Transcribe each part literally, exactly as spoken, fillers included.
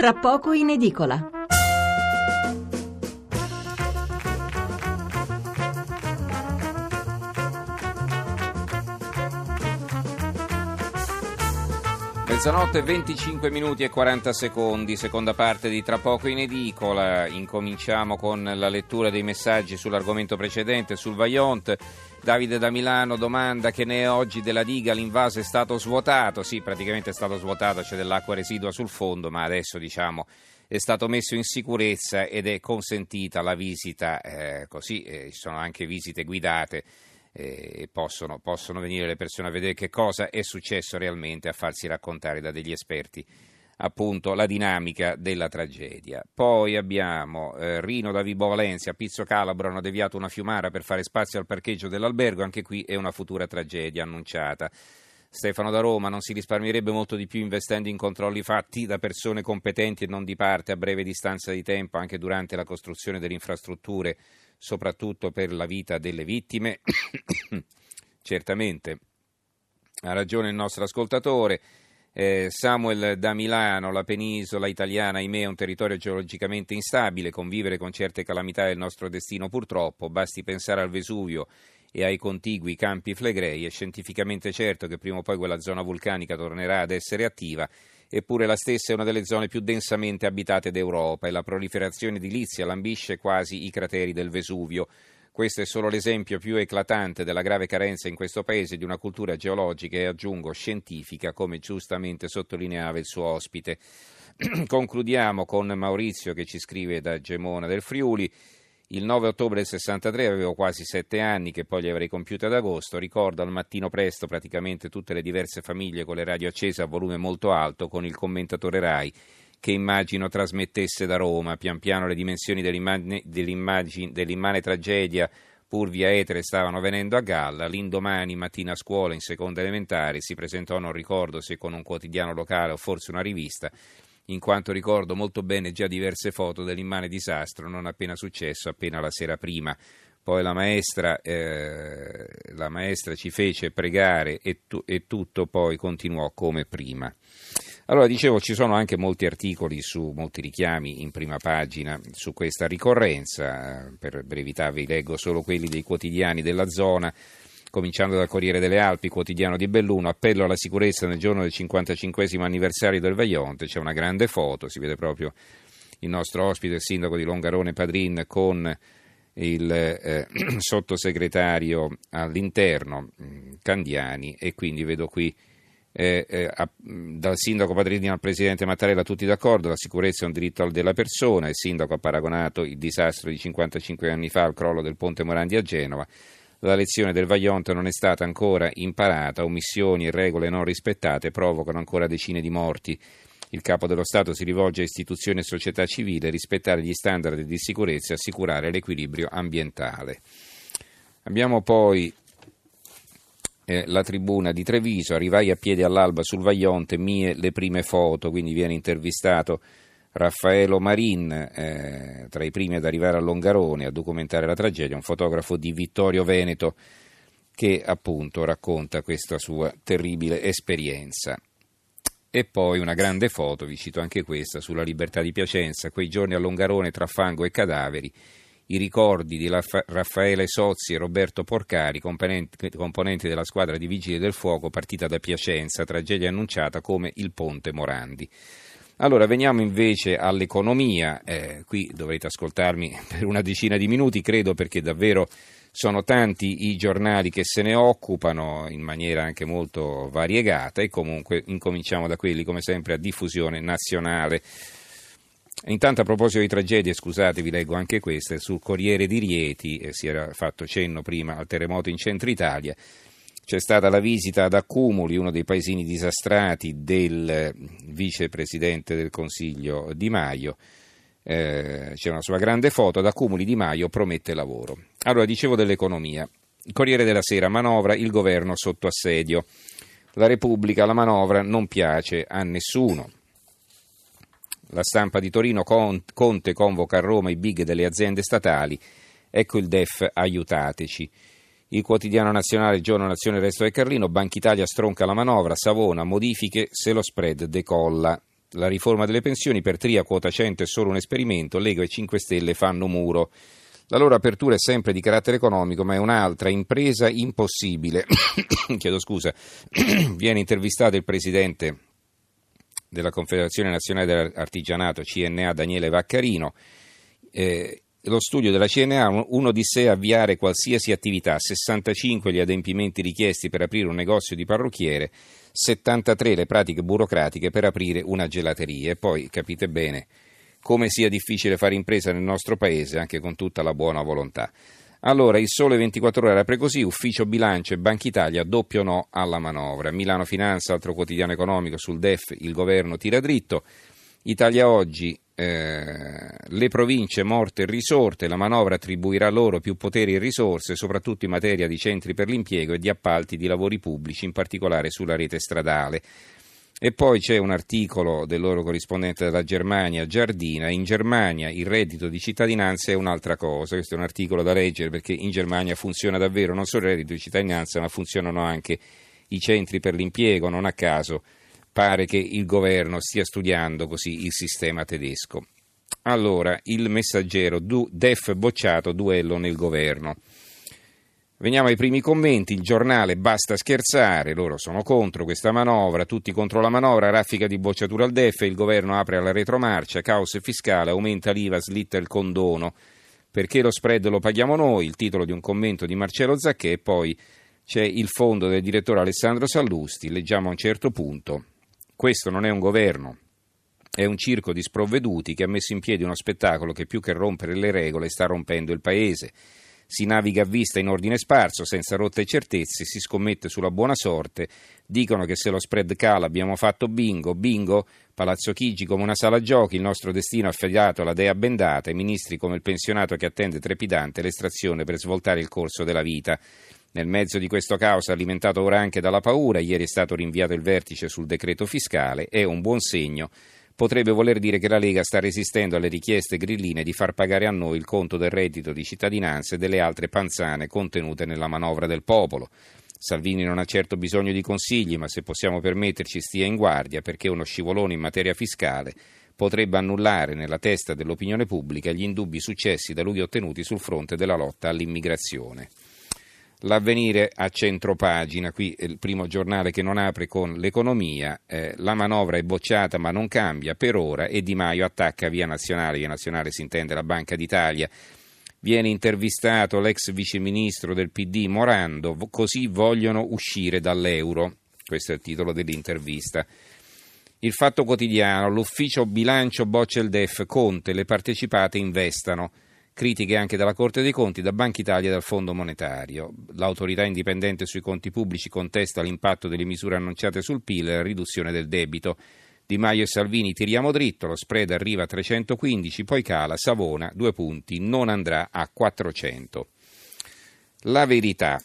Tra poco in edicola. Mezzanotte, venticinque minuti e quaranta secondi, seconda parte di Tra poco in edicola. Incominciamo con la lettura dei messaggi sull'argomento precedente, sul Vajont. Davide da Milano domanda: che ne è oggi della diga, l'invaso è stato svuotato? Sì, praticamente è stato svuotato, c'è dell'acqua residua sul fondo, ma adesso diciamo è stato messo in sicurezza ed è consentita la visita, eh, così eh, ci sono anche visite guidate. E possono, possono venire le persone a vedere che cosa è successo realmente, a farsi raccontare da degli esperti appunto la dinamica della tragedia. Poi abbiamo eh, Rino da Vibo Valentia: a Pizzo Calabro hanno deviato una fiumara per fare spazio al parcheggio dell'albergo, anche qui è una futura tragedia annunciata. Stefano da Roma: non si risparmierebbe molto di più investendo in controlli fatti da persone competenti e non di parte a breve distanza di tempo, anche durante la costruzione delle infrastrutture, soprattutto per la vita delle vittime? Certamente ha ragione il nostro ascoltatore. eh, Samuel da Milano: la penisola italiana, ahimè, è un territorio geologicamente instabile, convivere con certe calamità è il nostro destino purtroppo, basti pensare al Vesuvio e ai contigui Campi Flegrei. È scientificamente certo che prima o poi quella zona vulcanica tornerà ad essere attiva, eppure la stessa è una delle zone più densamente abitate d'Europa e la proliferazione edilizia lambisce quasi i crateri del Vesuvio. Questo è solo l'esempio più eclatante della grave carenza in questo paese di una cultura geologica e, aggiungo, scientifica, come giustamente sottolineava il suo ospite. Concludiamo con Maurizio che ci scrive da Gemona del Friuli: il nove ottobre del sessantatré avevo quasi sette anni, che poi li avrei compiuti ad agosto. Ricordo al mattino presto praticamente tutte le diverse famiglie con le radio accese a volume molto alto, con il commentatore Rai che immagino trasmettesse da Roma. Pian piano le dimensioni dell'immagine, dell'immagine, dell'immane tragedia, pur via etere, stavano venendo a galla. L'indomani mattina a scuola, in seconda elementare, si presentò, non ricordo se con un quotidiano locale o forse una rivista, in quanto ricordo molto bene già diverse foto dell'immane disastro non appena successo, appena la sera prima. Poi la maestra, eh, la maestra ci fece pregare e, tu, e tutto poi continuò come prima. Allora, dicevo, ci sono anche molti articoli, su molti richiami in prima pagina su questa ricorrenza. Per brevità vi leggo solo quelli dei quotidiani della zona, cominciando dal Corriere delle Alpi, quotidiano di Belluno: appello alla sicurezza nel giorno del cinquantacinquesimo anniversario del Vajont. C'è una grande foto, si vede proprio il nostro ospite, il sindaco di Longarone Padrin, con il eh, sottosegretario all'interno Candiani, e quindi vedo qui eh, eh, a, dal sindaco Padrini al presidente Mattarella tutti d'accordo: la sicurezza è un diritto della persona. Il sindaco ha paragonato il disastro di cinquantacinque anni fa al crollo del ponte Morandi a Genova. La lezione del Vajont non è stata ancora imparata, omissioni e regole non rispettate provocano ancora decine di morti. Il capo dello Stato si rivolge a istituzioni e società civile: rispettare gli standard di sicurezza e assicurare l'equilibrio ambientale. Abbiamo poi eh, la Tribuna di Treviso: arrivai a piedi all'alba sul Vajont, mie le prime foto. Quindi viene intervistato Raffaello Marin, eh, tra i primi ad arrivare a Longarone a documentare la tragedia, un fotografo di Vittorio Veneto che appunto racconta questa sua terribile esperienza. E poi una grande foto, vi cito anche questa, sulla Libertà di Piacenza: quei giorni a Longarone tra fango e cadaveri, i ricordi di Raffaele Sozzi e Roberto Porcari, componenti, componenti della squadra di Vigili del Fuoco partita da Piacenza, tragedia annunciata come il ponte Morandi. Allora, veniamo invece all'economia. Eh, qui dovrete ascoltarmi per una decina di minuti, credo, perché davvero sono tanti i giornali che se ne occupano in maniera anche molto variegata, e comunque incominciamo da quelli, come sempre, a diffusione nazionale. Intanto, a proposito di tragedie, scusate, vi leggo anche queste. Sul Corriere di Rieti, eh, si era fatto cenno prima al terremoto in centro Italia, c'è stata la visita ad Accumuli, uno dei paesini disastrati, del vicepresidente del Consiglio Di Maio. Eh, c'è una sua grande foto: ad Accumuli Di Maio promette lavoro. Allora, dicevo dell'economia. Il Corriere della Sera: manovra, il governo sotto assedio. La Repubblica: la manovra non piace a nessuno. La Stampa di Torino: Conte convoca a Roma i big delle aziende statali, ecco il D E F, aiutateci. Il Quotidiano Nazionale, Giorno, Nazione, Resto del Carlino: Banca Italia stronca la manovra, Savona, modifiche se lo spread decolla. La riforma delle pensioni, per Tria quota cento è solo un esperimento, Lega e cinque Stelle fanno muro. La loro apertura è sempre di carattere economico, ma è un'altra impresa impossibile. Chiedo scusa. Viene intervistato il presidente della Confederazione Nazionale dell'Artigianato, C N A, Daniele Vaccarino. Eh, lo studio della C N A, uno di sé avviare qualsiasi attività, sessantacinque gli adempimenti richiesti per aprire un negozio di parrucchiere, settantatré le pratiche burocratiche per aprire una gelateria. E poi capite bene come sia difficile fare impresa nel nostro paese, anche con tutta la buona volontà. Allora, il Sole ventiquattro Ore apre così: Ufficio Bilancio e Banca Italia, doppio no alla manovra. Milano Finanza, altro quotidiano economico, sul D E F il governo tira dritto. Italia Oggi, eh, le province morte e risorte, la manovra attribuirà loro più poteri e risorse, soprattutto in materia di centri per l'impiego e di appalti di lavori pubblici, in particolare sulla rete stradale. E poi c'è un articolo del loro corrispondente della Germania, Giardina: in Germania il reddito di cittadinanza è un'altra cosa. Questo è un articolo da leggere, perché in Germania funziona davvero non solo il reddito di cittadinanza, ma funzionano anche i centri per l'impiego. Non a caso pare che il governo stia studiando così il sistema tedesco. Allora, il Messaggero, D E F bocciato, duello nel governo. Veniamo ai primi commenti. Il Giornale: basta scherzare, loro sono contro questa manovra, tutti contro la manovra, raffica di bocciatura al D E F, il governo apre alla retromarcia, caos fiscale, aumenta l'I V A, slitta il condono, perché lo spread lo paghiamo noi, il titolo di un commento di Marcello Zacchè. E poi c'è il fondo del direttore Alessandro Sallusti, leggiamo a un certo punto: questo non è un governo, è un circo di sprovveduti che ha messo in piedi uno spettacolo che più che rompere le regole sta rompendo il paese. Si naviga a vista in ordine sparso, senza rotte e certezze, si scommette sulla buona sorte, dicono che se lo spread cala abbiamo fatto bingo, bingo, Palazzo Chigi come una sala giochi, il nostro destino affiliato alla dea bendata, i ministri come il pensionato che attende trepidante l'estrazione per svoltare il corso della vita. Nel mezzo di questo caos, alimentato ora anche dalla paura, ieri è stato rinviato il vertice sul decreto fiscale, è un buon segno. Potrebbe voler dire che la Lega sta resistendo alle richieste grilline di far pagare a noi il conto del reddito di cittadinanza e delle altre panzane contenute nella manovra del popolo. Salvini non ha certo bisogno di consigli, ma se possiamo permetterci stia in guardia, perché uno scivolone in materia fiscale potrebbe annullare nella testa dell'opinione pubblica gli indubbi successi da lui ottenuti sul fronte della lotta all'immigrazione. L'Avvenire a centropagina, qui è il primo giornale che non apre con l'economia, eh, la manovra è bocciata ma non cambia per ora e Di Maio attacca Via Nazionale, Via Nazionale si intende la Banca d'Italia. Viene intervistato l'ex viceministro del P D Morando, così vogliono uscire dall'euro, questo è il titolo dell'intervista. Il Fatto Quotidiano: l'ufficio bilancio boccia il D E F, Conte, le partecipate investano. Critiche anche dalla Corte dei Conti, da Banca Italia e dal Fondo Monetario. L'autorità indipendente sui conti pubblici contesta l'impatto delle misure annunciate sul P I L e la riduzione del debito. Di Maio e Salvini: tiriamo dritto, lo spread arriva a trecentoquindici, poi cala, Savona, due punti, non andrà a quattrocento. La Verità.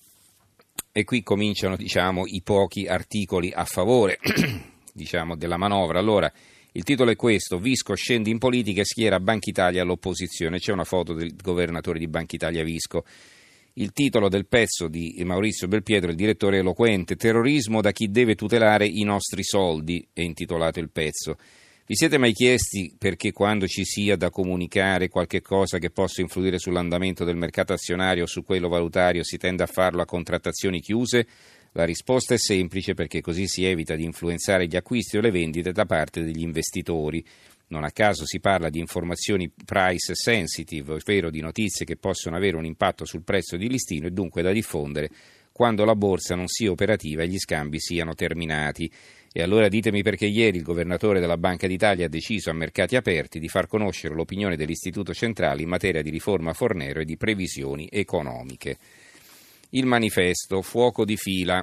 E qui cominciano, diciamo, i pochi articoli a favore diciamo, della manovra. Allora, il titolo è questo: Visco scende in politica e schiera Banca Italia all'opposizione. C'è una foto del governatore di Banca Italia Visco. Il titolo del pezzo di Maurizio Belpietro, il direttore eloquente: terrorismo da chi deve tutelare i nostri soldi, è intitolato il pezzo. Vi siete mai chiesti perché quando ci sia da comunicare qualche cosa che possa influire sull'andamento del mercato azionario o su quello valutario si tende a farlo a contrattazioni chiuse? La risposta è semplice: perché così si evita di influenzare gli acquisti o le vendite da parte degli investitori. Non a caso si parla di informazioni price sensitive, ovvero di notizie che possono avere un impatto sul prezzo di listino e dunque da diffondere quando la borsa non sia operativa e gli scambi siano terminati. E allora ditemi perché ieri il governatore della Banca d'Italia ha deciso a mercati aperti di far conoscere l'opinione dell'Istituto Centrale in materia di riforma Fornero e di previsioni economiche. Il Manifesto: fuoco di fila.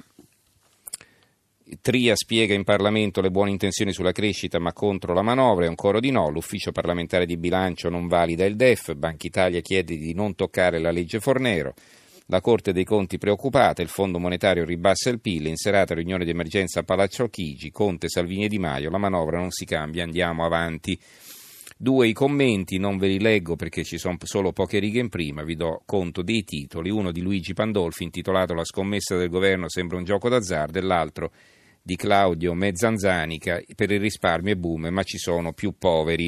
Tria spiega in Parlamento le buone intenzioni sulla crescita ma contro la manovra, è un coro di no. L'ufficio parlamentare di bilancio non valida il D E F, Banca Italia chiede di non toccare la legge Fornero, la Corte dei Conti preoccupata, il Fondo Monetario ribassa il P I L, in serata riunione di emergenza a Palazzo Chigi, Conte, Salvini e Di Maio, la manovra non si cambia, andiamo avanti. Due i commenti, non ve li leggo perché ci sono solo poche righe in prima, vi do conto dei titoli. Uno di Luigi Pandolfi intitolato La scommessa del governo sembra un gioco d'azzardo e l'altro di Claudio Mezzanzanica, per il risparmio e boom, ma ci sono più poveri.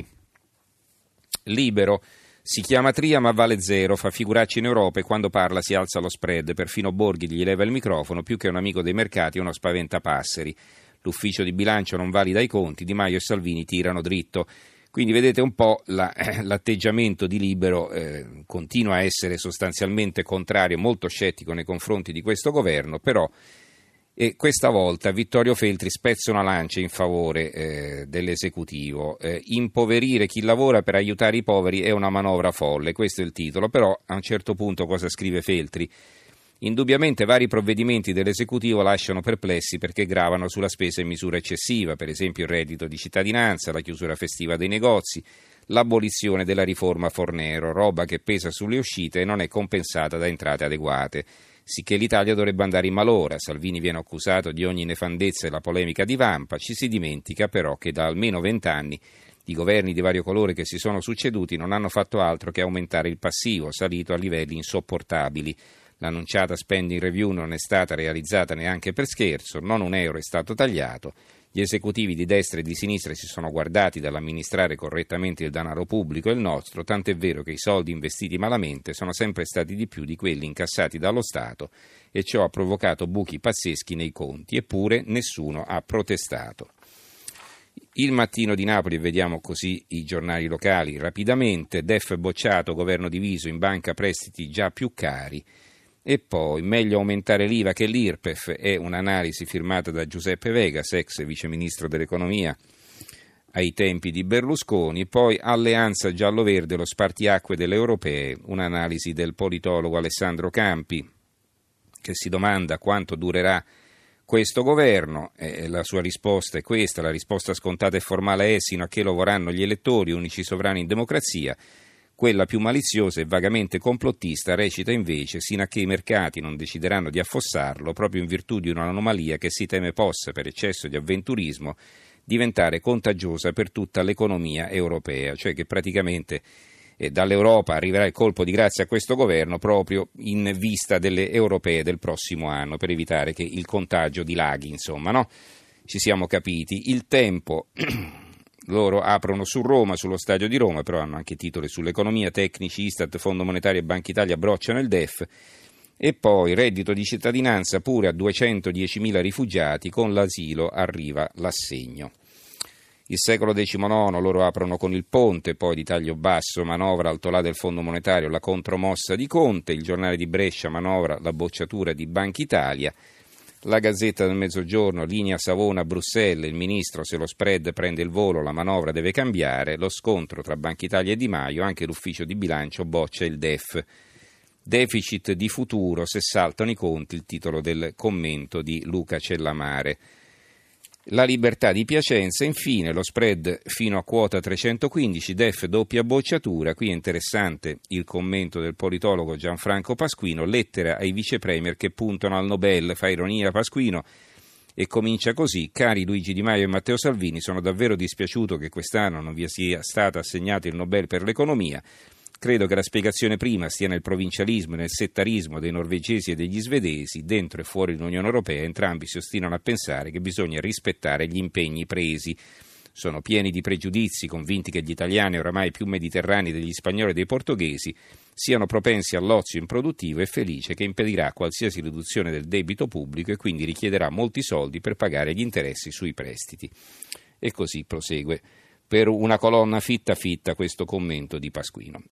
Libero. Si chiama Tria ma vale zero, fa figuracci in Europa e quando parla si alza lo spread, perfino Borghi gli leva il microfono, più che un amico dei mercati è uno spaventapasseri. L'ufficio di bilancio non valida i conti, Di Maio e Salvini tirano dritto. Quindi vedete un po' la, l'atteggiamento di Libero eh, continua a essere sostanzialmente contrario, molto scettico nei confronti di questo governo, però e questa volta Vittorio Feltri spezza una lancia in favore eh, dell'esecutivo. Eh, impoverire chi lavora per aiutare i poveri è una manovra folle, questo è il titolo, però a un certo punto cosa scrive Feltri? Indubbiamente vari provvedimenti dell'esecutivo lasciano perplessi perché gravano sulla spesa in misura eccessiva, per esempio il reddito di cittadinanza, la chiusura festiva dei negozi, l'abolizione della riforma Fornero, roba che pesa sulle uscite e non è compensata da entrate adeguate. Sicché l'Italia dovrebbe andare in malora, Salvini viene accusato di ogni nefandezza e la polemica di Vampa, ci si dimentica però che da almeno vent'anni i governi di vario colore che si sono succeduti non hanno fatto altro che aumentare il passivo, salito a livelli insopportabili. L'annunciata spending review non è stata realizzata neanche per scherzo, non un euro è stato tagliato. Gli esecutivi di destra e di sinistra si sono guardati dall'amministrare correttamente il denaro pubblico e il nostro, tant'è vero che i soldi investiti malamente sono sempre stati di più di quelli incassati dallo Stato e ciò ha provocato buchi pazzeschi nei conti, eppure nessuno ha protestato. Il Mattino di Napoli, vediamo così i giornali locali rapidamente, D E F bocciato, governo diviso, in banca prestiti già più cari. E poi, meglio aumentare l'I V A che l'I R P E F, è un'analisi firmata da Giuseppe Vegas, ex viceministro dell'economia ai tempi di Berlusconi. Poi, alleanza giallo-verde, lo spartiacque delle europee, un'analisi del politologo Alessandro Campi, che si domanda quanto durerà questo governo. Eh, la sua risposta è questa, la risposta scontata e formale è sino a che lo vorranno gli elettori, unici sovrani in democrazia. Quella più maliziosa e vagamente complottista recita invece sino a che i mercati non decideranno di affossarlo proprio in virtù di un'anomalia che si teme possa, per eccesso di avventurismo, diventare contagiosa per tutta l'economia europea, cioè che praticamente eh, dall'Europa arriverà il colpo di grazia a questo governo proprio in vista delle europee del prossimo anno, per evitare che il contagio dilaghi, insomma, no? Ci siamo capiti. Il Tempo... Loro aprono su Roma, sullo stadio di Roma, però hanno anche titoli sull'economia, tecnici, Istat, Fondo Monetario e Banca Italia brocciano il D E F. E poi reddito di cittadinanza pure a duecentodiecimila rifugiati, con l'asilo arriva l'assegno. Il Secolo diciannove loro aprono con il ponte, poi di taglio basso, manovra altolà del Fondo Monetario, la contromossa di Conte, il Giornale di Brescia, manovra, la bocciatura di Banca Italia. La Gazzetta del Mezzogiorno, linea Savona-Bruxelles, il ministro se lo spread prende il volo, la manovra deve cambiare, lo scontro tra Banca Italia e Di Maio, anche l'ufficio di bilancio boccia il D E F. Deficit di futuro se saltano i conti, il titolo del commento di Luca Cellamare. La Libertà di Piacenza, infine lo spread fino a quota trecentoquindici, D E F doppia bocciatura, qui è interessante il commento del politologo Gianfranco Pasquino, lettera ai vice premier che puntano al Nobel, fa ironia Pasquino e comincia così: cari Luigi Di Maio e Matteo Salvini, sono davvero dispiaciuto che quest'anno non vi sia stato assegnato il Nobel per l'economia. Credo che la spiegazione prima stia nel provincialismo e nel settarismo dei norvegesi e degli svedesi. Dentro e fuori l'Unione Europea entrambi si ostinano a pensare che bisogna rispettare gli impegni presi. Sono pieni di pregiudizi, convinti che gli italiani, oramai più mediterranei degli spagnoli e dei portoghesi, siano propensi all'ozio improduttivo e felice che impedirà qualsiasi riduzione del debito pubblico e quindi richiederà molti soldi per pagare gli interessi sui prestiti. E così prosegue per una colonna fitta fitta questo commento di Pasquino.